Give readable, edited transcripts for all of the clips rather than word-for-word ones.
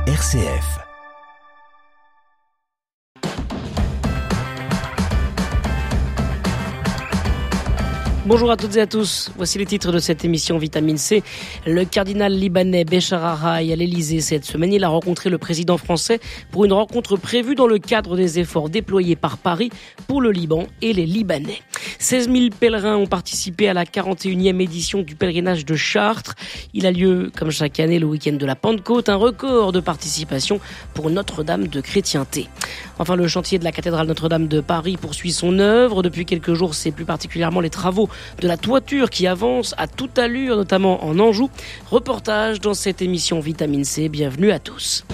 RCF. Bonjour à toutes et à tous, voici les titres de cette émission Vitamine C. Le cardinal libanais Béchar Ahraï à l'Elysée cette semaine. Il a rencontré le président français pour une rencontre prévue dans le cadre des efforts déployés par Paris pour le Liban et les Libanais. 16 000 pèlerins ont participé à la 41e édition du pèlerinage de Chartres. Il a lieu, comme chaque année, le week-end de la Pentecôte, un record de participation pour Notre-Dame de Chrétienté. Enfin, le chantier de la cathédrale Notre-Dame de Paris poursuit son œuvre. Depuis quelques jours, c'est plus particulièrement les travaux de la toiture qui avance à toute allure, notamment en Anjou. Reportage dans cette émission Vitamine C. Bienvenue à tous.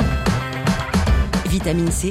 Vitamine C,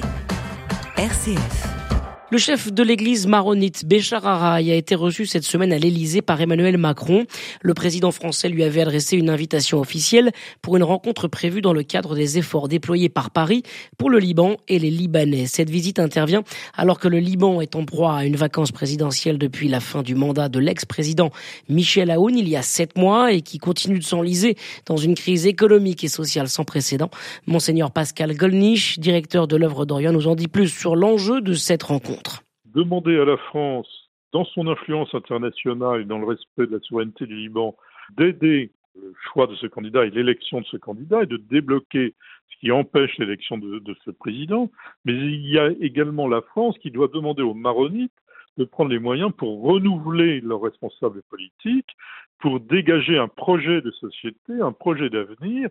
RCF. Le chef de l'église maronite, Béchar Ahraï, a été reçu cette semaine à l'Elysée par Emmanuel Macron. Le président français lui avait adressé une invitation officielle pour une rencontre prévue dans le cadre des efforts déployés par Paris pour le Liban et les Libanais. Cette visite intervient alors que le Liban est en proie à une vacance présidentielle depuis la fin du mandat de l'ex-président Michel Aoun il y a 7 mois et qui continue de s'enliser dans une crise économique et sociale sans précédent. Monseigneur Pascal Gollnisch, directeur de l'œuvre d'Orient, nous en dit plus sur l'enjeu de cette rencontre. Demander à la France, dans son influence internationale et dans le respect de la souveraineté du Liban, d'aider le choix de ce candidat et l'élection de ce candidat et de débloquer ce qui empêche l'élection de ce président. Mais il y a également la France qui doit demander aux maronites de prendre les moyens pour renouveler leurs responsables politiques, pour dégager un projet de société, un projet d'avenir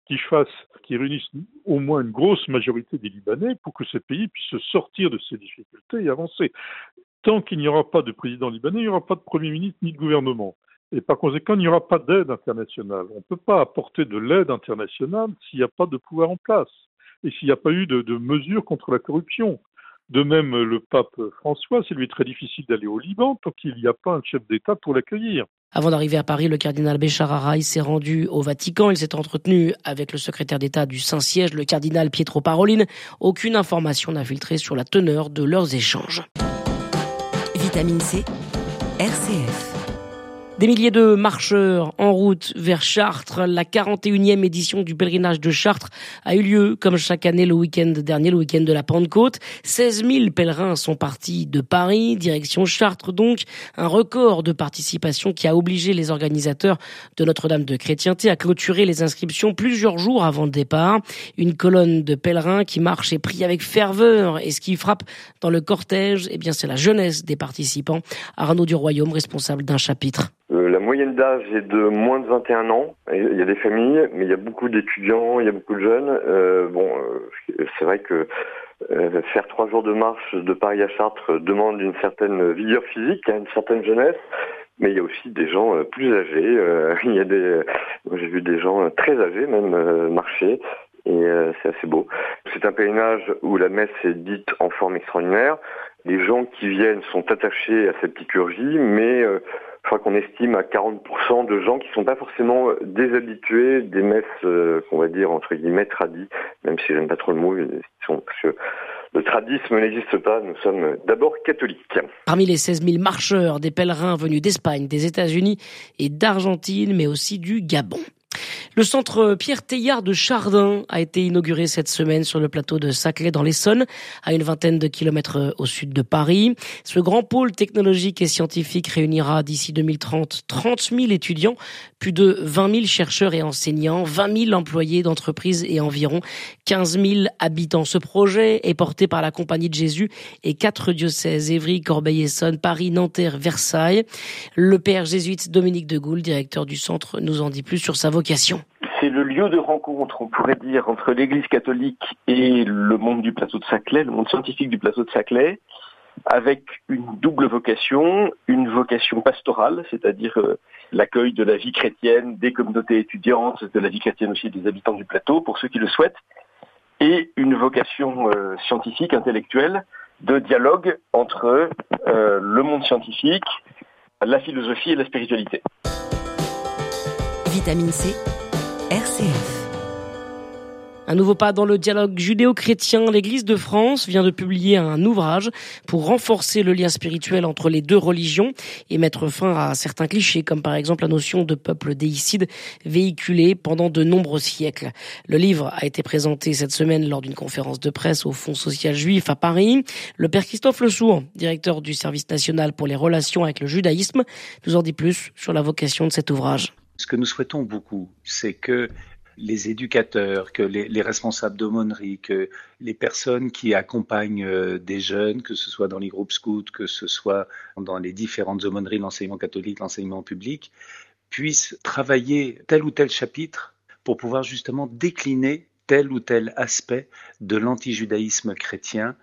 qui réunisse au moins une grosse majorité des Libanais pour que ce pays puisse sortir de ses difficultés et avancer. Tant qu'il n'y aura pas de président libanais, il n'y aura pas de Premier ministre ni de gouvernement. Et par conséquent, il n'y aura pas d'aide internationale. On ne peut pas apporter de l'aide internationale s'il n'y a pas de pouvoir en place et s'il n'y a pas eu de mesures contre la corruption. De même, le pape François, c'est lui très difficile d'aller au Liban tant qu'il n'y a pas un chef d'État pour l'accueillir. Avant d'arriver à Paris, le cardinal Béchar Ahraï s'est rendu au Vatican. Il s'est entretenu avec le secrétaire d'État du Saint-Siège, le cardinal Pietro Parolin. Aucune information n'a filtré sur la teneur de leurs échanges. Vitamine C, RCF. Des milliers de marcheurs en route vers Chartres. La 41e édition du pèlerinage de Chartres a eu lieu, comme chaque année, le week-end dernier, le week-end de la Pentecôte. 16 000 pèlerins sont partis de Paris, direction Chartres donc. Un record de participation qui a obligé les organisateurs de Notre-Dame de Chrétienté à clôturer les inscriptions plusieurs jours avant le départ. Une colonne de pèlerins qui marche et prie avec ferveur. Et ce qui frappe dans le cortège, c'est la jeunesse des participants. Arnaud du Royaume, responsable d'un chapitre. La moyenne d'âge est de moins de 21 ans. Il y a des familles, mais il y a beaucoup d'étudiants, il y a beaucoup de jeunes. C'est vrai que faire 3 jours de marche de Paris à Chartres demande une certaine vigueur physique, une certaine jeunesse. Mais il y a aussi des gens plus âgés. J'ai vu des gens très âgés même marcher. Et c'est assez beau. C'est un pèlerinage où la messe est dite en forme extraordinaire. Les gens qui viennent sont attachés à cette liturgie, mais je crois qu'on estime à 40% de gens qui ne sont pas forcément déshabitués des messes, qu'on va dire, entre guillemets, tradies, même si j'aime pas trop le mot, parce que le tradisme n'existe pas, nous sommes d'abord catholiques. Parmi les 16 000 marcheurs, des pèlerins venus d'Espagne, des États-Unis et d'Argentine, mais aussi du Gabon. Le centre Pierre Teilhard de Chardin a été inauguré cette semaine sur le plateau de Saclay dans l'Essonne, à une vingtaine de kilomètres au sud de Paris. Ce grand pôle technologique et scientifique réunira d'ici 2030 30 000 étudiants, plus de 20 000 chercheurs et enseignants, 20 000 employés d'entreprises et environ 15 000 habitants. Ce projet est porté par la Compagnie de Jésus et 4 diocèses, Évry, Corbeil-Essonnes, Paris, Nanterre, Versailles. Le père jésuite Dominique de Goul, directeur du centre, nous en dit plus sur sa vocation. C'est le lieu de rencontre, on pourrait dire, entre l'Église catholique et le monde du plateau de Saclay, le monde scientifique du plateau de Saclay, avec une double vocation, une vocation pastorale, c'est-à-dire l'accueil de la vie chrétienne, des communautés étudiantes, de la vie chrétienne aussi des habitants du plateau, pour ceux qui le souhaitent, et une vocation scientifique, intellectuelle, de dialogue entre le monde scientifique, la philosophie et la spiritualité. Vitamine C, RCF. Un nouveau pas dans le dialogue judéo-chrétien. L'Église de France vient de publier un ouvrage pour renforcer le lien spirituel entre les deux religions et mettre fin à certains clichés, comme par exemple la notion de peuple déicide véhiculée pendant de nombreux siècles. Le livre a été présenté cette semaine lors d'une conférence de presse au Fonds social juif à Paris. Le père Christophe Lesourd, directeur du service national pour les relations avec le judaïsme, nous en dit plus sur la vocation de cet ouvrage. Ce que nous souhaitons beaucoup, c'est que les éducateurs, que les responsables d'aumônerie, que les personnes qui accompagnent des jeunes, que ce soit dans les groupes scouts, que ce soit dans les différentes aumôneries, l'enseignement catholique, l'enseignement public, puissent travailler tel ou tel chapitre pour pouvoir justement décliner tel ou tel aspect de l'antijudaïsme chrétien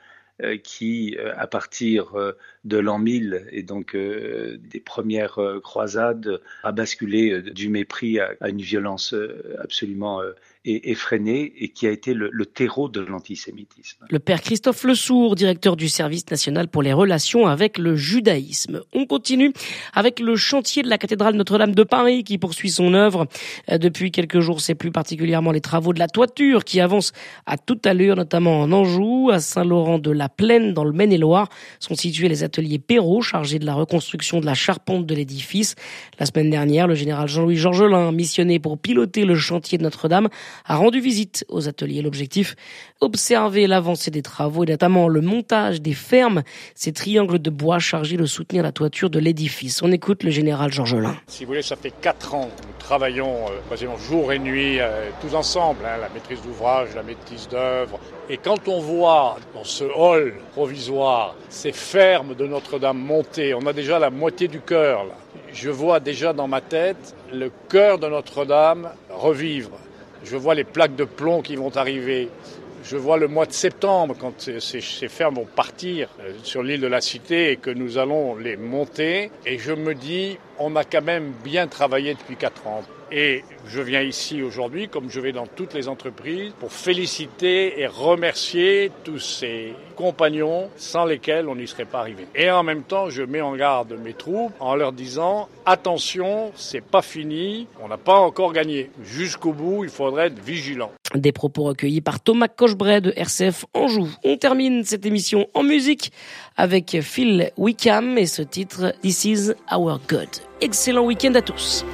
qui, à partir de l'an 1000 et donc des premières croisades, a basculé du mépris à une violence absolument effrénée et qui a été le terreau de l'antisémitisme. Le père Christophe Lesourd, directeur du service national pour les relations avec le judaïsme. On continue avec le chantier de la cathédrale Notre-Dame de Paris qui poursuit son œuvre. Depuis quelques jours, c'est plus particulièrement les travaux de la toiture qui avancent à toute allure, notamment en Anjou, à Saint-Laurent-de-la-Plaine, dans le Maine-et-Loire, sont situés les ateliers Perrault, chargés de la reconstruction de la charpente de l'édifice. La semaine dernière, le général Jean-Louis Georgelin, missionné pour piloter le chantier de Notre-Dame, a rendu visite aux ateliers. L'objectif, observer l'avancée des travaux et notamment le montage des fermes, ces triangles de bois chargés de soutenir la toiture de l'édifice. On écoute le général Georgelin. Si vous voulez, ça fait 4 ans que nous travaillons quasiment jour et nuit, tous ensemble, la maîtrise d'ouvrage, la maîtrise d'œuvre. Et quand on voit dans ce hall provisoire ces fermes de Notre-Dame monter, on a déjà la moitié du chœur là. Je vois déjà dans ma tête le chœur de Notre-Dame revivre. Je vois les plaques de plomb qui vont arriver. Je vois le mois de septembre, quand ces fermes vont partir sur l'île de la Cité et que nous allons les monter. Et je me dis, on a quand même bien travaillé depuis 4 ans. Et je viens ici aujourd'hui, comme je vais dans toutes les entreprises, pour féliciter et remercier tous ces compagnons sans lesquels on n'y serait pas arrivé. Et en même temps, je mets en garde mes troupes en leur disant « Attention, c'est pas fini, on n'a pas encore gagné. Jusqu'au bout, il faudrait être vigilant. » Des propos recueillis par Thomas Cochebray de RCF Anjou. On termine cette émission en musique avec Phil Wickham et ce titre « This is our God ». Excellent week-end à tous.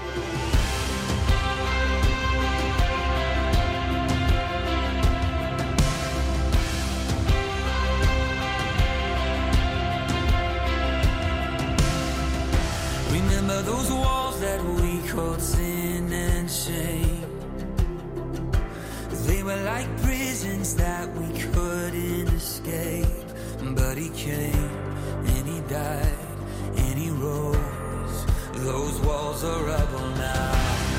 Remember those walls that we called sin and shame. They were like prisons that we couldn't escape. But he came and he died and he rose. Those walls are rubble now.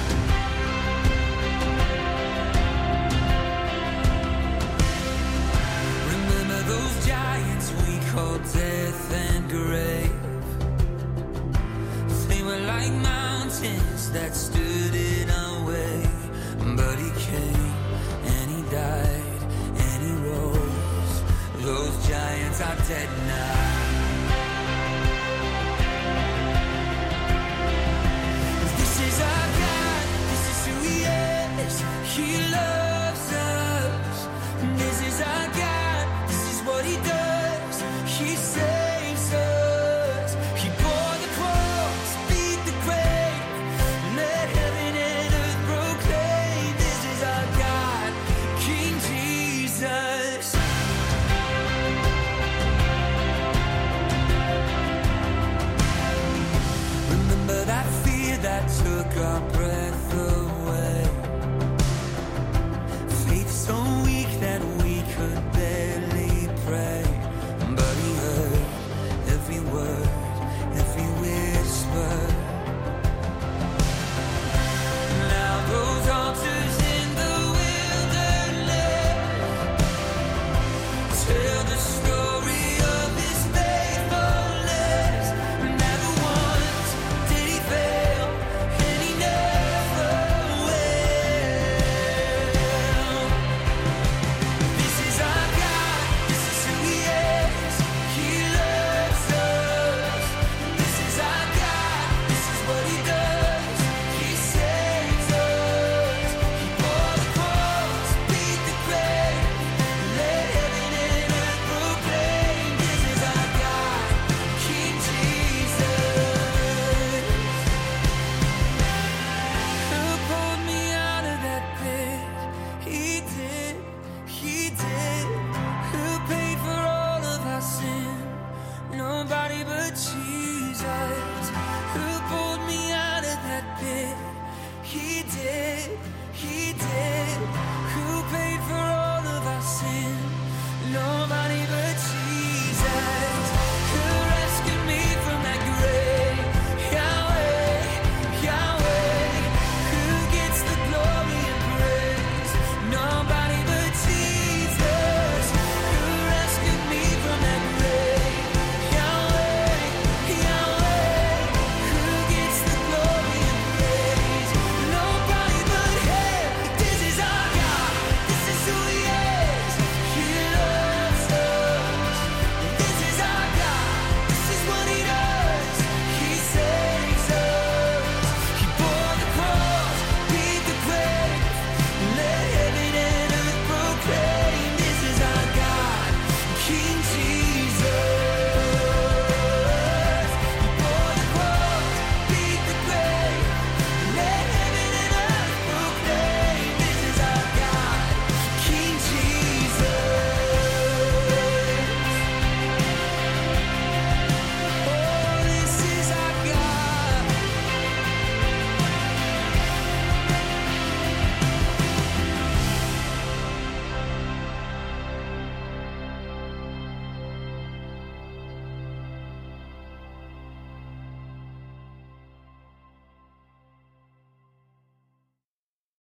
Remember those giants we called death and grave. They were like mountains that stood in our way. But he came and he died and he rose. Those giants are dead now. This is our God, this is who he is. He loves